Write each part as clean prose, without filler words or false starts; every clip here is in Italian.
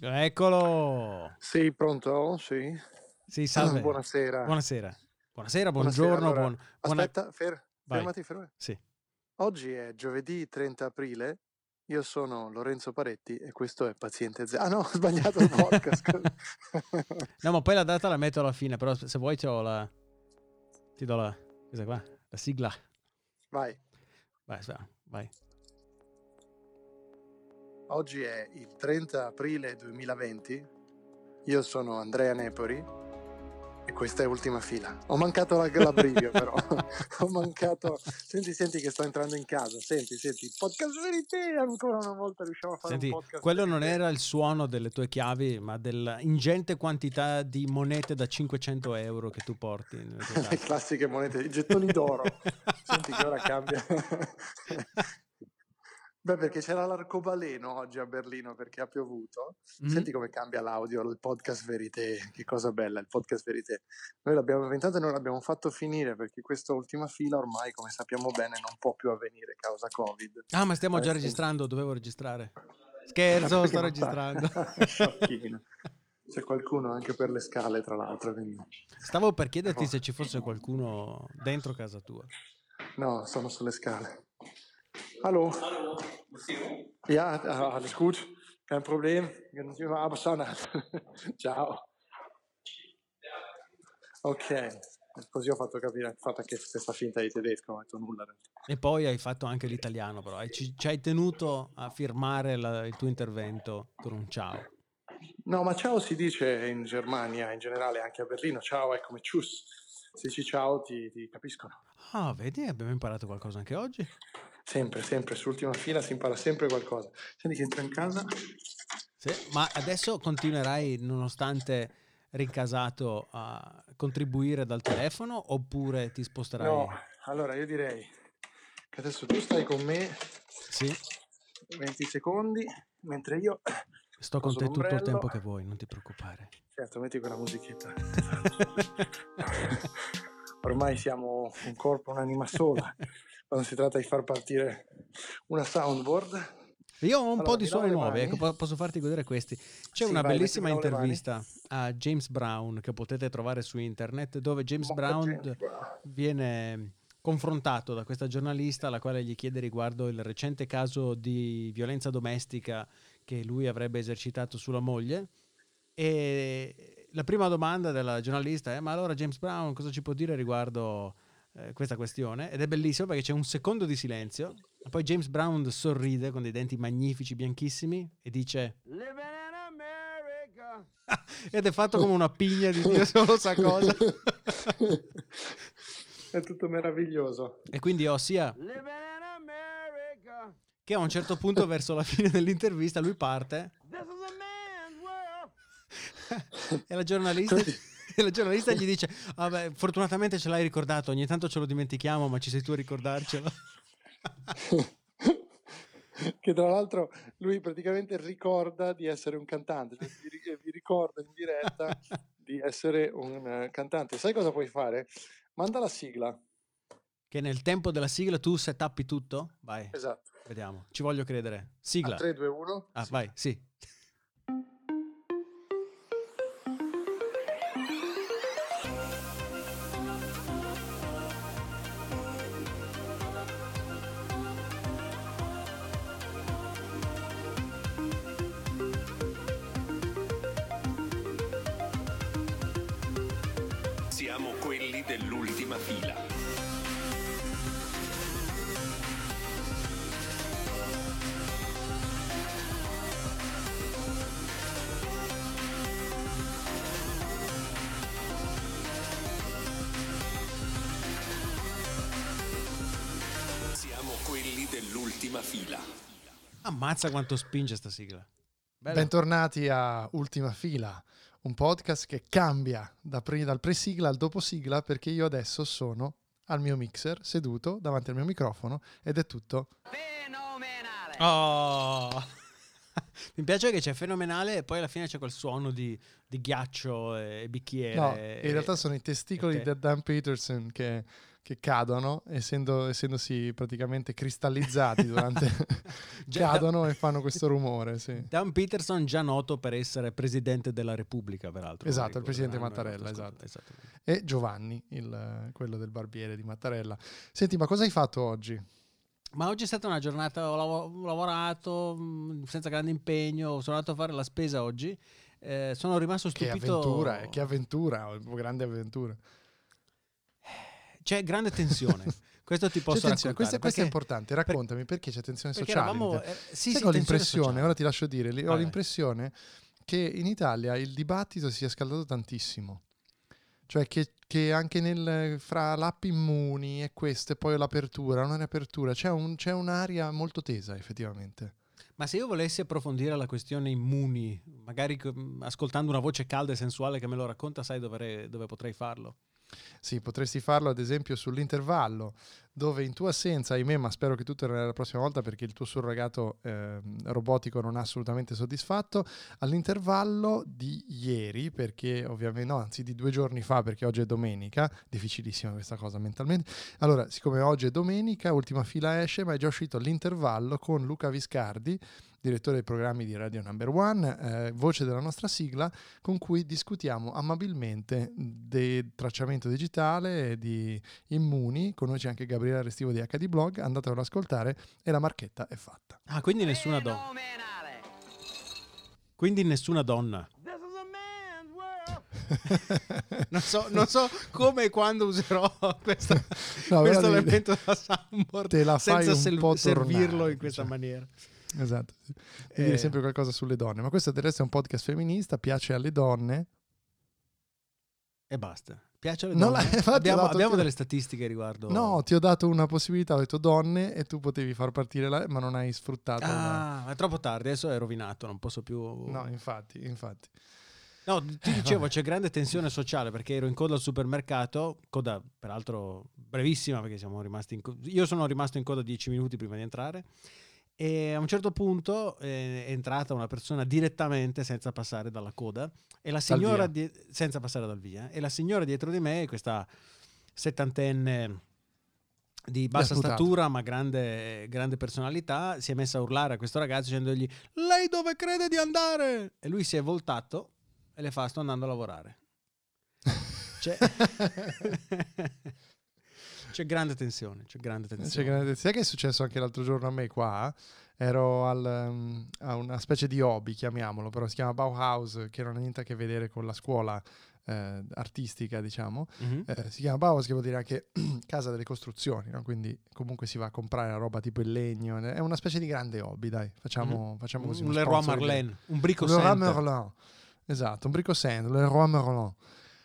Eccolo! Sei pronto? Sì. Sì, salve. Buonasera. Buonasera, Buonasera, buongiorno, allora, aspetta, Vai. fermati. Sì. Oggi è giovedì 30 aprile, io sono Lorenzo Paretti e questo è Paziente Z. Ah no, ho sbagliato il podcast. No, ma poi la data la metto alla fine, però se vuoi ti do la questa qua, la sigla. Vai. Vai. Oggi è il 30 aprile 2020, io sono Andrea Nepori e questa è Ultima Fila. Ho mancato l'abbrivio però, ho mancato... Senti che sto entrando in casa, senti, podcast verité, ancora una volta riusciamo a fare un podcast quello verité. non era il suono delle tue chiavi, ma della ingente quantità di monete da 500 euro che tu porti nelle tue Le tasche. classiche monete, i gettoni d'oro. Senti che ora cambia. Beh, perché c'era l'arcobaleno oggi a Berlino perché ha piovuto. Senti come cambia l'audio, il podcast verité, che cosa bella, il podcast verité. Noi l'abbiamo inventato e non l'abbiamo fatto finire perché questa Ultima Fila ormai, come sappiamo bene, non può più avvenire causa Covid. Ah, ma stiamo già Adesso... registrando, dovevo registrare. Scherzo, sto registrando. Sciocchino. C'è qualcuno anche per le scale, tra l'altro. Quindi... Stavo per chiederti se ci fosse qualcuno dentro casa tua. No, sono sulle scale. Hallo. Ja, alles gut. Kein Problem. Aber schon. Ciao. Ok. Così ho fatto capire il fatto che questa finta di tedesco, non ho detto nulla. E poi hai fatto anche l'italiano, però ci hai tenuto a firmare il tuo intervento con un ciao. No, ma ciao si dice in Germania, in generale anche a Berlino. Ciao è come tschüss. Se dici ciao ti capiscono. Ah, vedi, abbiamo imparato qualcosa anche oggi. Sempre, sull'ultima fila si impara sempre qualcosa. Senti che entro in casa. Sì, ma adesso continuerai, nonostante rincasato, a contribuire dal telefono oppure ti sposterai? No, allora io direi che adesso tu stai con me. Sì. 20 secondi, mentre io sto con te tutto il tempo che vuoi, non ti preoccupare. Certo, metti quella musichetta. Ormai siamo un corpo, un'anima sola. Quando si tratta di far partire una soundboard. Io ho un po' di suoni nuovi, ecco, posso farti godere questi. C'è una bellissima intervista a James Brown che potete trovare su internet, dove James Brown viene confrontato da questa giornalista, alla quale gli chiede riguardo il recente caso di violenza domestica che lui avrebbe esercitato sulla moglie. E la prima domanda della giornalista è: ma allora James Brown cosa ci può dire riguardo questa questione? Ed è bellissimo perché c'è un secondo di silenzio e poi James Brown sorride con dei denti magnifici, bianchissimi, e dice "Living in America". Ed è fatto come una pigna di Dio solo sa cosa. È tutto meraviglioso. E quindi sia "Living in America", che a un certo punto verso la fine dell'intervista lui parte e la giornalista gli dice: ah beh, fortunatamente ce l'hai ricordato, ogni tanto ce lo dimentichiamo, ma ci sei tu a ricordarcelo. Che tra l'altro lui praticamente ricorda di essere un cantante, cioè vi ricorda in diretta di essere un cantante. Sai cosa puoi fare? Manda la sigla. Che nel tempo della sigla tu setappi tutto? Vai. Esatto. Vediamo, ci voglio credere. Sigla. 3, 2, 1. Ah, vai, sì. Siamo quelli dell'ultima fila. Siamo quelli dell'ultima fila. Ammazza quanto spinge sta sigla. Bello. Bentornati a Ultima Fila, un podcast che cambia dal pre-sigla al dopo-sigla, perché io adesso sono al mio mixer, seduto davanti al mio microfono, ed è tutto fenomenale. Oh! Mi piace che c'è fenomenale e poi alla fine c'è quel suono di ghiaccio e bicchiere. No, in realtà sono i testicoli di Dan Peterson che che cadono, essendosi praticamente cristallizzati durante cadono e fanno questo rumore. Sì. Dan Peterson, già noto per essere presidente della Repubblica, peraltro. Esatto, il presidente Mattarella, esatto. E Giovanni, quello del barbiere di Mattarella. Senti, ma cosa hai fatto oggi? Ma oggi è stata una giornata, ho lavorato senza grande impegno, sono andato a fare la spesa oggi, sono rimasto stupito. Che avventura, grande avventura. C'è grande tensione. Questo ti posso raccontare. Questo è importante, raccontami perché c'è tensione sociale. Sì, ho l'impressione, sociale. Ora ti lascio dire, ho l'impressione che in Italia il dibattito si sia scaldato tantissimo. Cioè che anche fra l'app Immuni e questo e poi l'apertura, non è apertura, c'è un'area molto tesa effettivamente. Ma se io volessi approfondire la questione Immuni, magari ascoltando una voce calda e sensuale che me lo racconta, sai dove potrei farlo? Sì, potresti farlo ad esempio sull'intervallo, dove in tua assenza, ahimè, ma spero che tu tornerai la prossima volta perché il tuo surrogato robotico non ha assolutamente soddisfatto, all'intervallo di ieri, perché ovviamente no, anzi di 2 giorni fa, perché oggi è domenica, difficilissima questa cosa mentalmente. Allora, siccome oggi è domenica, Ultima Fila esce, ma è già uscito l'intervallo con Luca Viscardi, direttore dei programmi di Radio Number One, voce della nostra sigla, con cui discutiamo amabilmente del tracciamento digitale e di Immuni. Con noi c'è anche Gabriele Restivo di HD Blog, andatelo ad ascoltare e la marchetta è fatta. Ah, quindi nessuna donna. Quindi nessuna donna. non so come e quando userò questo elemento da soundboard te la fai senza un po' servirlo tornare, in questa maniera. Esatto, devi dire sempre qualcosa sulle donne, ma questo del resto è un podcast femminista, piace alle donne e basta. Piace alle donne? Abbiamo delle statistiche riguardo. No, ti ho dato una possibilità, ho detto donne e tu potevi far partire ma non hai sfruttato. È troppo tardi, adesso è rovinato, non posso più. No, infatti. No, ti dicevo, c'è grande tensione sociale perché ero in coda al supermercato, coda peraltro brevissima perché siamo rimasti io sono rimasto in coda 10 minuti prima di entrare. E a un certo punto è entrata una persona direttamente senza passare dalla coda e la signora senza passare dal via, e la signora dietro di me, questa settantenne di bassa statura ma grande personalità, si è messa a urlare a questo ragazzo dicendogli: lei dove crede di andare? E lui si è voltato e le fa: sto andando a lavorare. C'è grande tensione. Sai che è successo anche l'altro giorno a me qua? Ero a una specie di hobby, chiamiamolo, però si chiama Bauhaus, che non ha niente a che vedere con la scuola artistica, diciamo. Mm-hmm. Si chiama Bauhaus, che vuol dire anche casa delle costruzioni, no? Quindi comunque si va a comprare la roba tipo il legno. È una specie di grande hobby, dai. Facciamo così. Un Leroy Merlin, un Brico Center. Leroy Merlin. Esatto, un Brico Center, Leroy Merlin.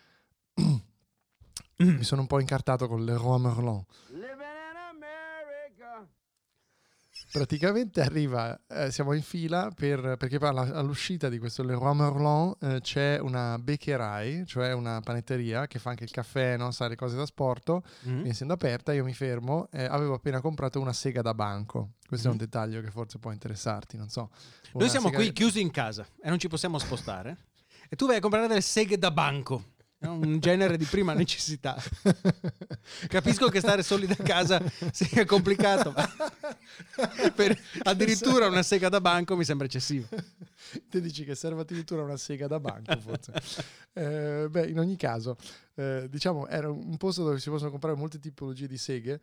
Mi sono un po' incartato con Leroy Merlin. Praticamente arriva, siamo in fila perché all'uscita di questo Leroy Merlin c'è una bakery, cioè una panetteria che fa anche il caffè, no? Sa, le cose da sporto. Essendo aperta io mi fermo, avevo appena comprato una sega da banco. Questo è un dettaglio che forse può interessarti, non so. Noi siamo qui chiusi in casa e non ci possiamo spostare e tu vai a comprare delle seghe da banco. Un genere di prima necessità. Capisco che stare soli da casa sia complicato, ma addirittura una sega da banco mi sembra eccessivo. Te dici che serve addirittura una sega da banco, forse. In ogni caso, diciamo, era un posto dove si possono comprare molte tipologie di seghe.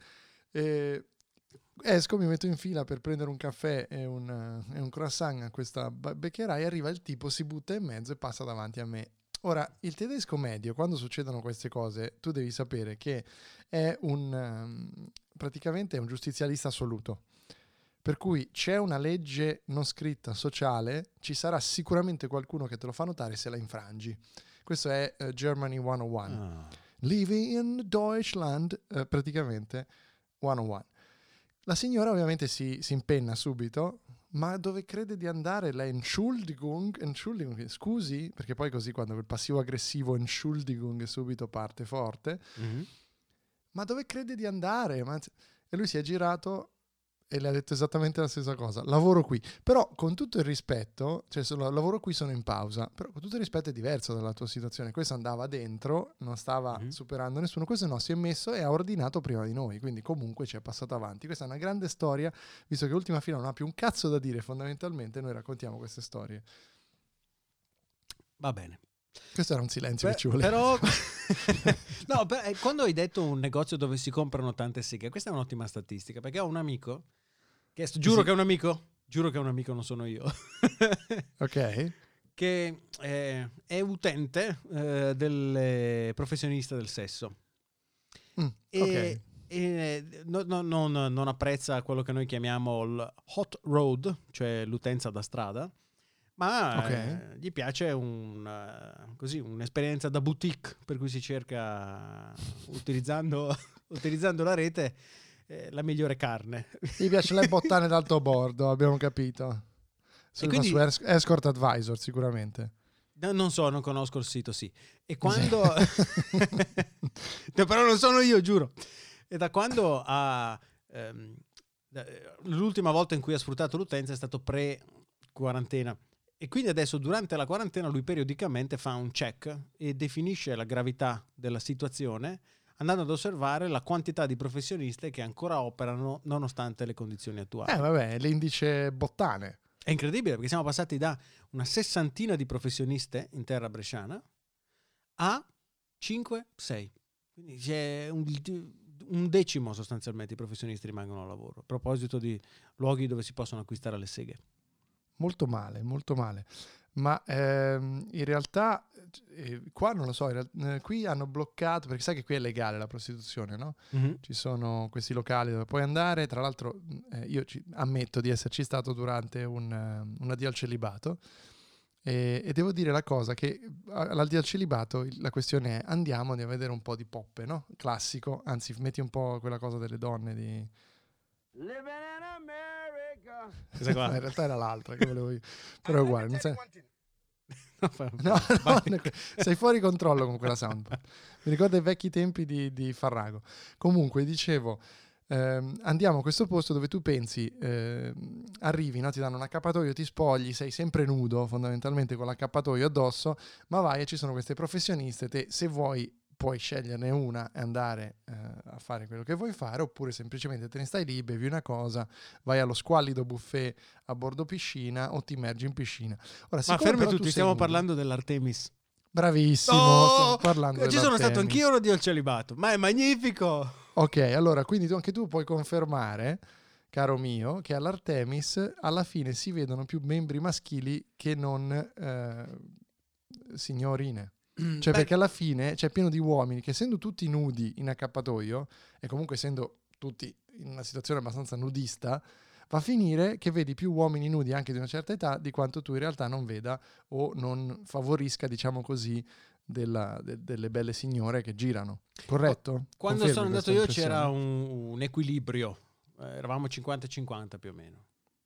Esco, mi metto in fila per prendere un caffè e un croissant a questa beccherai, arriva il tipo, si butta in mezzo e passa davanti a me. Ora, il tedesco medio, quando succedono queste cose, tu devi sapere che è praticamente è un giustizialista assoluto. Per cui c'è una legge non scritta sociale, ci sarà sicuramente qualcuno che te lo fa notare se la infrangi. Questo è Germany 101. Living in Deutschland, praticamente 101. La signora ovviamente si impenna subito. Ma dove crede di andare? La Entschuldigung, scusi, perché poi così quando quel passivo aggressivo Entschuldigung subito parte forte. Ma dove crede di andare? E lui si è girato e le ha detto esattamente la stessa cosa. Lavoro qui, però con tutto il rispetto, cioè lavoro qui, sono in pausa, però con tutto il rispetto è diverso dalla tua situazione. Questo andava dentro, non stava superando nessuno, questo no, si è messo e ha ordinato prima di noi, quindi comunque ci è passato avanti. Questa è una grande storia, visto che Ultima Fila non ha più un cazzo da dire, fondamentalmente noi raccontiamo queste storie. Va bene. Questo era un silenzio che ci voleva. Però no, quando hai detto un negozio dove si comprano tante seghe, questa è un'ottima statistica, perché ho un amico che giuro che è un amico, non sono io. Ok. Che è utente del professionista del sesso. Ok. Non apprezza quello che noi chiamiamo il hot road, cioè l'utenza da strada, ma gli piace un'esperienza da boutique, per cui si cerca, utilizzando la rete, la migliore carne. Gli piace le bottane d'alto bordo, abbiamo capito. Quindi, su Escort Advisor sicuramente. Non conosco il sito, sì. E quando... no, però non sono io, giuro. E da quando l'ultima volta in cui ha sfruttato l'utenza è stato pre-quarantena. E quindi adesso durante la quarantena lui periodicamente fa un check e definisce la gravità della situazione andando ad osservare la quantità di professioniste che ancora operano nonostante le condizioni attuali. Vabbè, l'indice bottane. È incredibile perché siamo passati da una 60 di professioniste in terra bresciana a 5-6. Quindi c'è un decimo sostanzialmente i professionisti rimangono a lavoro. A proposito di luoghi dove si possono acquistare le seghe. Molto male, molto male. Ma in realtà qua non lo so, qui hanno bloccato, perché sai che qui è legale la prostituzione, no? Ci sono questi locali dove puoi andare, tra l'altro io ammetto di esserci stato durante un addio al celibato e devo dire la cosa che all'addio al celibato la questione è andiamo a vedere un po' di poppe, no? Classico, anzi metti un po' quella cosa delle donne di... Living in America. No, in realtà era l'altra che volevo io, però è uguale, non sai... No, sei fuori controllo con quella soundboard. Mi ricorda i vecchi tempi di Farrago. Comunque dicevo, andiamo a questo posto dove tu pensi, arrivi, no? Ti danno un accappatoio, ti spogli, sei sempre nudo fondamentalmente con l'accappatoio addosso, ma vai e ci sono queste professioniste, te se vuoi puoi sceglierne una e andare a fare quello che vuoi fare, oppure semplicemente te ne stai lì, bevi una cosa, vai allo squallido buffet a bordo piscina o ti immergi in piscina. Ora, ma fermi tutti, stiamo parlando dell'Artemis. Bravissimo, stiamo parlando ci sono stato anch'io un addio al celibato, ma è magnifico. Ok, allora, quindi anche tu puoi confermare, caro mio, che all'Artemis alla fine si vedono più membri maschili che non signorine. Cioè, perché alla fine c'è pieno di uomini che, essendo tutti nudi in accappatoio e comunque essendo tutti in una situazione abbastanza nudista, va a finire che vedi più uomini nudi anche di una certa età di quanto tu in realtà non veda o non favorisca, diciamo così, delle belle signore che girano. Corretto? Quando sono andato io c'era un equilibrio, eravamo 50-50 più o meno.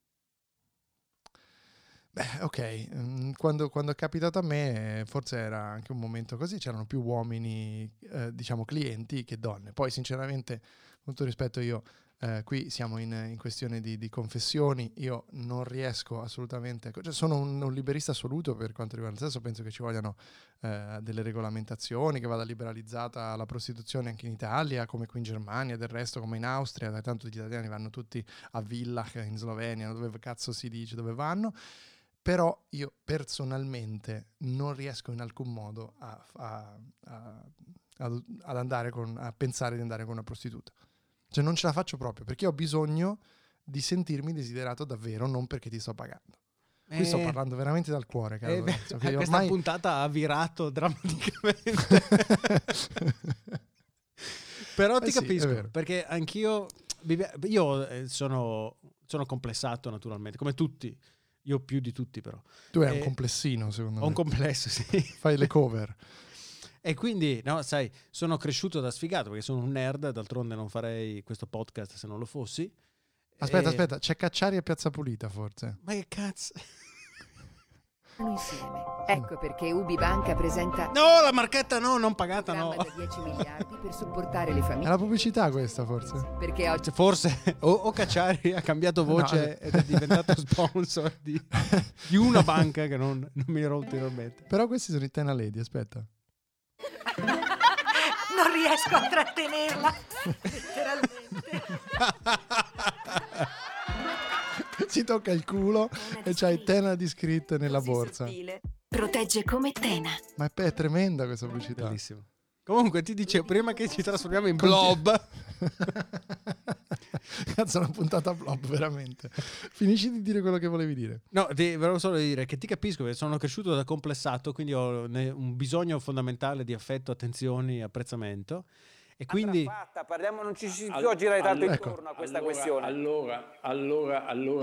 Beh, ok, quando è capitato a me forse era anche un momento così, c'erano più uomini, diciamo clienti che donne. Poi sinceramente, con tutto rispetto, io qui siamo in questione di confessioni, io non riesco assolutamente, cioè sono un liberista assoluto per quanto riguarda il sesso, penso che ci vogliano delle regolamentazioni, che vada liberalizzata la prostituzione anche in Italia, come qui in Germania, del resto come in Austria, tanto gli italiani vanno tutti a Villach in Slovenia, dove cazzo si dice dove vanno. Però io personalmente non riesco in alcun modo ad andare a pensare di andare con una prostituta. Cioè non ce la faccio proprio, perché ho bisogno di sentirmi desiderato davvero, non perché ti sto pagando. Qui sto parlando veramente dal cuore, caro Lorenzo, che questa puntata ha virato drammaticamente. Però ti capisco, perché anch'io sono complessato naturalmente, come tutti. Io più di tutti però. Tu hai un complessino, secondo me. Ho un complesso, sì. Fai le cover. E quindi, no, sai, sono cresciuto da sfigato perché sono un nerd, d'altronde non farei questo podcast se non lo fossi. Aspetta, c'è Cacciari e Piazza Pulita forse. Ma che cazzo? insieme. Ecco perché Ubi Banca presenta No, la marchetta no, non pagata no. da 10 miliardi per supportare le È famiglie. la pubblicità questa, forse? Perché oggi Forse o Cacciari ha cambiato voce ed è diventato sponsor di una banca che non mi ero ulteriormente. Però questi sono i Tena Lady, aspetta. Non riesco a trattenerla, letteralmente. Si tocca il culo e c'hai Tena di scritte nella borsa. Protegge come Tena. Ma è tremenda questa pubblicità. Bellissimo. Comunque ti dicevo, prima che ci trasformiamo in blob, Cazzo, una puntata blob, veramente. Finisci di dire quello che volevi dire. no, ti volevo solo dire che ti capisco, che sono cresciuto da complessato, quindi ho un bisogno fondamentale di affetto, attenzioni, apprezzamento. E quindi Fatta, parliamo, non ci si può girare tanto ecco. intorno a questa questione. Allora.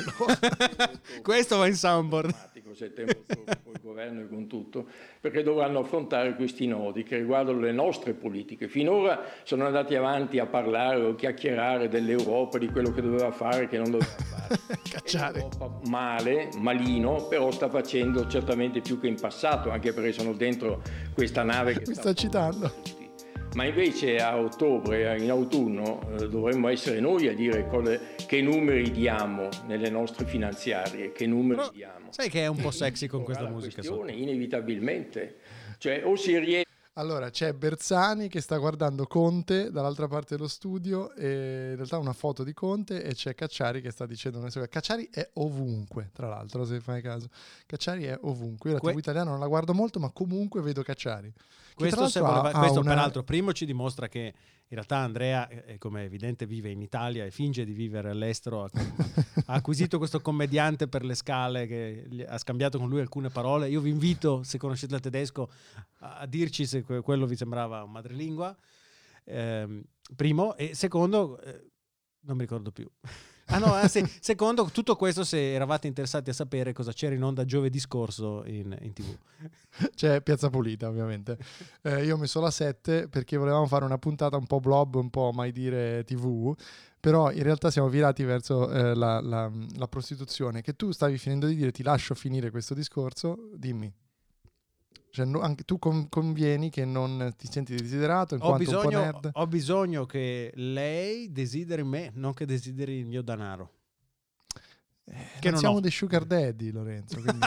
questo va in soundboard. Settembre con il governo e con tutto, perché dovranno affrontare questi nodi che riguardano le nostre politiche. Finora sono andati avanti a parlare o chiacchierare dell'Europa, di quello che doveva fare e che non doveva fare. Cacciare. L'Europa malino, però sta facendo certamente più che in passato, anche perché sono dentro questa nave che Mi sta citando. tutti. Ma invece a ottobre, in autunno, dovremmo essere noi a dire che numeri diamo nelle nostre finanziarie, che numeri Però, diamo. sai che è un po' sexy con questa La musica questione, sotto. inevitabilmente, cioè o si riesce. Allora, c'è Bersani che sta guardando Conte dall'altra parte dello studio, e in realtà una foto di Conte, e c'è Cacciari che sta dicendo una cosa. Cacciari è ovunque, tra l'altro, se fai caso. Cacciari è ovunque. Io la TV italiana non la guardo molto, ma comunque vedo Cacciari. Questo, ha peraltro, primo ci dimostra che in realtà Andrea, come è evidente, vive in Italia e finge di vivere all'estero. Ha acquisito questo commediante per le scale che ha scambiato con lui alcune parole. Io vi invito, se conoscete il tedesco, a dirci se quello vi sembrava un madrelingua. Primo. E secondo, non mi ricordo più. Secondo, tutto questo se eravate interessati a sapere cosa c'era in onda giovedì scorso in TV. C'è Piazza Pulita, ovviamente. Io ho messo la 7 perché volevamo fare una puntata un po' blob, un po' mai dire TV, però in realtà siamo virati verso la prostituzione, che tu stavi finendo di dire. Ti lascio finire questo discorso, dimmi. Cioè, anche tu convieni che non ti senti desiderato in quanto un po' nerd? Ho bisogno che lei desideri me, non che desideri il mio denaro. Che non siamo dei sugar daddy, Lorenzo. Quindi...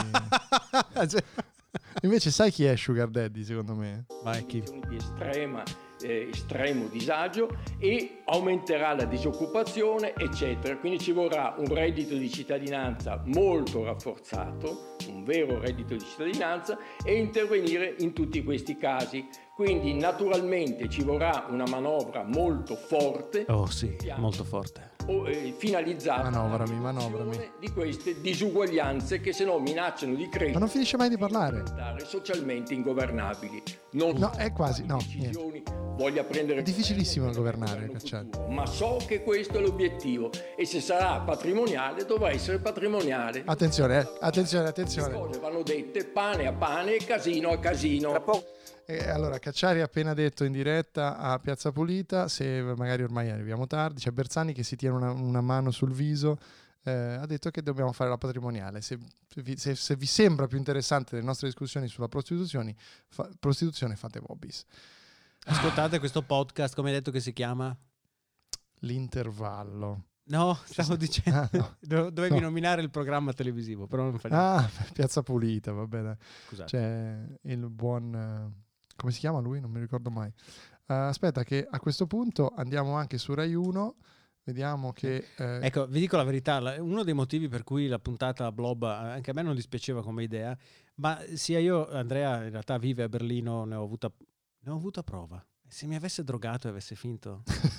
Invece sai chi è sugar daddy, secondo me? Vai, chi? Di estremo disagio, e aumenterà la disoccupazione, eccetera. Quindi ci vorrà un reddito di cittadinanza molto rafforzato, un vero reddito di cittadinanza, e intervenire in tutti questi casi. Quindi naturalmente ci vorrà una manovra molto forte. Oh sì, molto forte. Finalizzata manovrami. di queste disuguaglianze che se no minacciano di crescere. Ma non finisce mai di parlare. Socialmente ingovernabili. No, è quasi, no, decisioni voglia prendere. È difficilissimo governare, Cacciari. Ma so che questo è l'obiettivo, e se sarà patrimoniale dovrà essere patrimoniale. Attenzione. Le cose vanno dette pane a pane, casino a casino. Allora, Cacciari ha appena detto in diretta a Piazza Pulita, se magari ormai arriviamo tardi, c'è Bersani che si tiene una mano sul viso, ha detto che dobbiamo fare la patrimoniale. Se vi sembra più interessante le nostre discussioni sulla prostituzione, fate Vobis. Ascoltate questo podcast, come hai detto che si chiama? L'intervallo. No, stavo dicendo, dovevi nominare il programma televisivo, però non fa niente. Piazza Pulita, va bene. Scusate. C'è il buon... come si chiama lui? Non mi ricordo mai. Aspetta che a questo punto andiamo anche su Rai 1, vediamo che... Ecco, vi dico la verità, uno dei motivi per cui la puntata Blob anche a me non dispiaceva come idea, ma sia io, Andrea in realtà vive a Berlino, ne ho avuta prova. Se mi avesse drogato e avesse finto...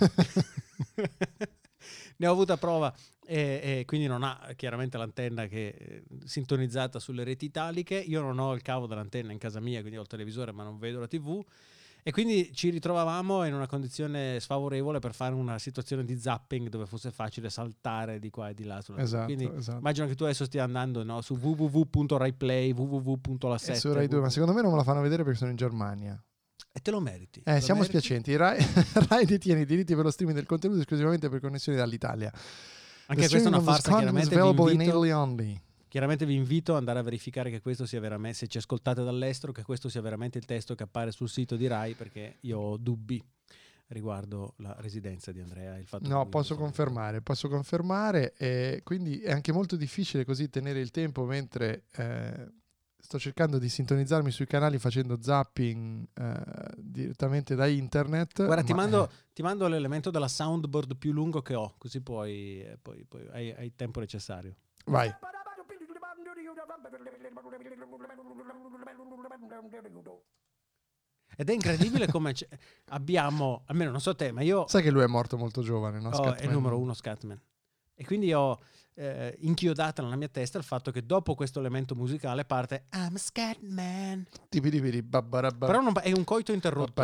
Ne ho avuta prova e quindi non ha chiaramente l'antenna che sintonizzata sulle reti italiche. Io non ho il cavo dell'antenna in casa mia, quindi ho il televisore ma non vedo la TV, e quindi ci ritrovavamo in una condizione sfavorevole per fare una situazione di zapping dove fosse facile saltare di qua e di là sulla esatto, quindi esatto. Immagino che tu adesso stia andando su www.raiplay, www.la7 su Rai 2, ma secondo me non me la fanno vedere perché sono in Germania. e te lo meriti. Siamo spiacenti. Rai detiene i diritti per lo streaming del contenuto esclusivamente per connessioni dall'Italia. Anche questa è una farsa, chiaramente vi invito. Chiaramente vi invito ad andare a verificare che questo sia veramente, se ci ascoltate dall'estero, che questo sia veramente il testo che appare sul sito di Rai, perché io ho dubbi riguardo la residenza di Andrea. Il fatto No, posso confermare, quindi è anche molto difficile così tenere il tempo mentre sto cercando di sintonizzarmi sui canali facendo zapping direttamente da internet. Guarda, ti mando l'elemento della soundboard più lungo che ho, così poi hai il tempo necessario. Vai. Ed è incredibile come abbiamo, almeno non so te, ma io... Sai che lui è morto molto giovane, no? È il numero 1 Scatman. E quindi ho inchiodata nella mia testa il fatto che dopo questo elemento musicale parte I'm a Scatman. Però è un coito interrotto.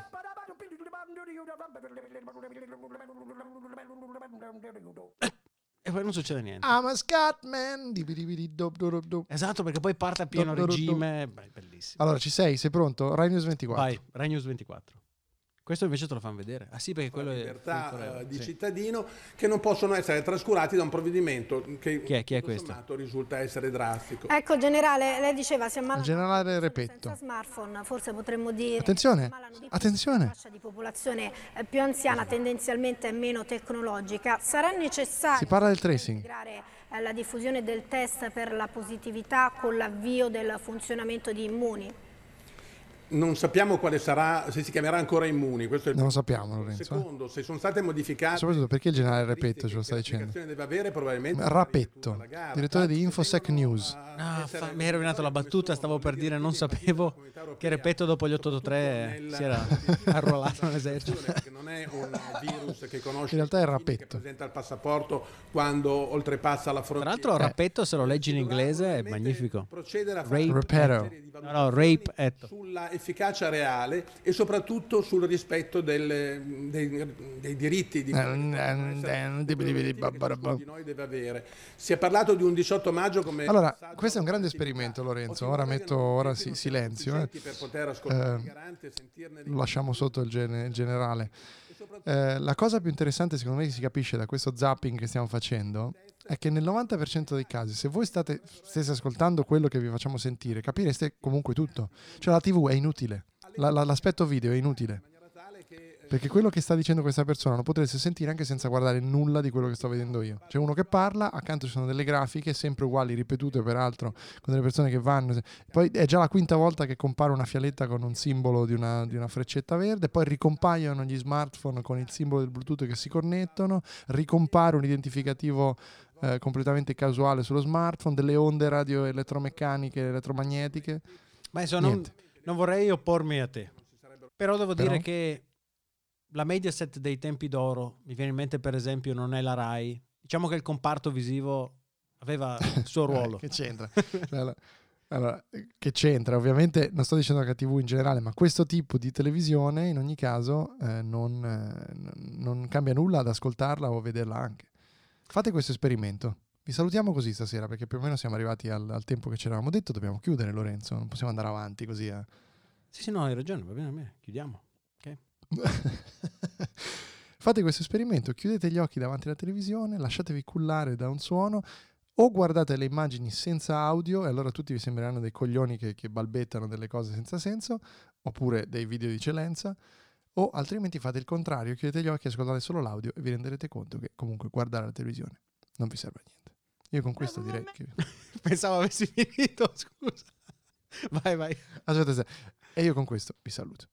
E poi non succede niente. I'm a Scatman. Esatto, perché poi parte a pieno regime. Beh, bellissimo. Allora, ci sei? Sei pronto? Rai News 24. Vai, Rai News 24. Questo invece te lo fanno vedere. Ah sì, perché quello è libertà di cittadino che non possono essere trascurati da un provvedimento che chi è questo? Risulta essere drastico. Ecco, generale, lei diceva si ammala generale Repetto. senza smartphone, forse potremmo dire attenzione. La fascia di popolazione più anziana tendenzialmente è meno tecnologica. Sarà necessario si parla del tracing, integrare la diffusione del test per la positività con l'avvio del funzionamento di Immuni? Non sappiamo quale sarà, se si chiamerà ancora Immuni. Questo è il non lo sappiamo, Lorenzo. Secondo, se sono state modificate. Soprattutto perché il generale Repetto ce lo sta dicendo. Deve avere probabilmente Rapetto, direttore di Infosec News. Mi hai rovinato la battuta, stavo per dire non sapevo che Repetto dopo gli 883 si era arruolato nell'esercito. Non è un virus che conosce. In realtà è Rapetto. Che presenta il passaporto quando oltrepassa la frontiera. Tra l'altro Rapetto, se lo leggi in inglese, è magnico. Procedere a Rape. Sulla efficacia reale e soprattutto sul rispetto dei diritti di noi deve avere. Si è parlato di un 18 maggio come... Allora, questo è un grande esperimento, Lorenzo. Ora silenzio. Per poter ascoltare il garante e sentirne lo lasciamo sotto il generale. La cosa più interessante secondo me che si capisce da questo zapping che stiamo facendo è che nel 90% dei casi, se voi stesse ascoltando quello che vi facciamo sentire, capireste comunque tutto. Cioè la TV è inutile, l'aspetto video è inutile, perché quello che sta dicendo questa persona lo potreste sentire anche senza guardare nulla di quello che sto vedendo io. C'è uno che parla, accanto ci sono delle grafiche sempre uguali, ripetute peraltro, con delle persone che vanno. Poi è già la quinta volta che compare una fialetta con un simbolo di una freccetta verde, poi ricompaiono gli smartphone con il simbolo del Bluetooth che si connettono, ricompare un identificativo completamente casuale sullo smartphone, delle onde radio elettromeccaniche, elettromagnetiche. Ma insomma, non vorrei oppormi a te, però devo dire che la Mediaset dei tempi d'oro, mi viene in mente per esempio, non è la Rai. Diciamo che il comparto visivo aveva il suo ruolo. Che c'entra? Allora, che c'entra? Ovviamente non sto dicendo HTV in generale, ma questo tipo di televisione in ogni caso non cambia nulla ad ascoltarla o vederla anche. Fate questo esperimento. Vi salutiamo così stasera perché più o meno siamo arrivati al tempo che ci eravamo detto. Dobbiamo chiudere, Lorenzo, non possiamo andare avanti così. Sì, no, hai ragione, va bene a me. Chiudiamo. Ok. Fate questo esperimento, chiudete gli occhi davanti alla televisione, lasciatevi cullare da un suono o guardate le immagini senza audio e allora tutti vi sembreranno dei coglioni che balbettano delle cose senza senso, oppure dei video di eccellenza, o altrimenti fate il contrario, chiudete gli occhi, ascoltate solo l'audio e vi renderete conto che comunque guardare la televisione non vi serve a niente. Io con questo direi che... Pensavo avessi finito, scusa. Vai. Aspetta. E io con questo vi saluto.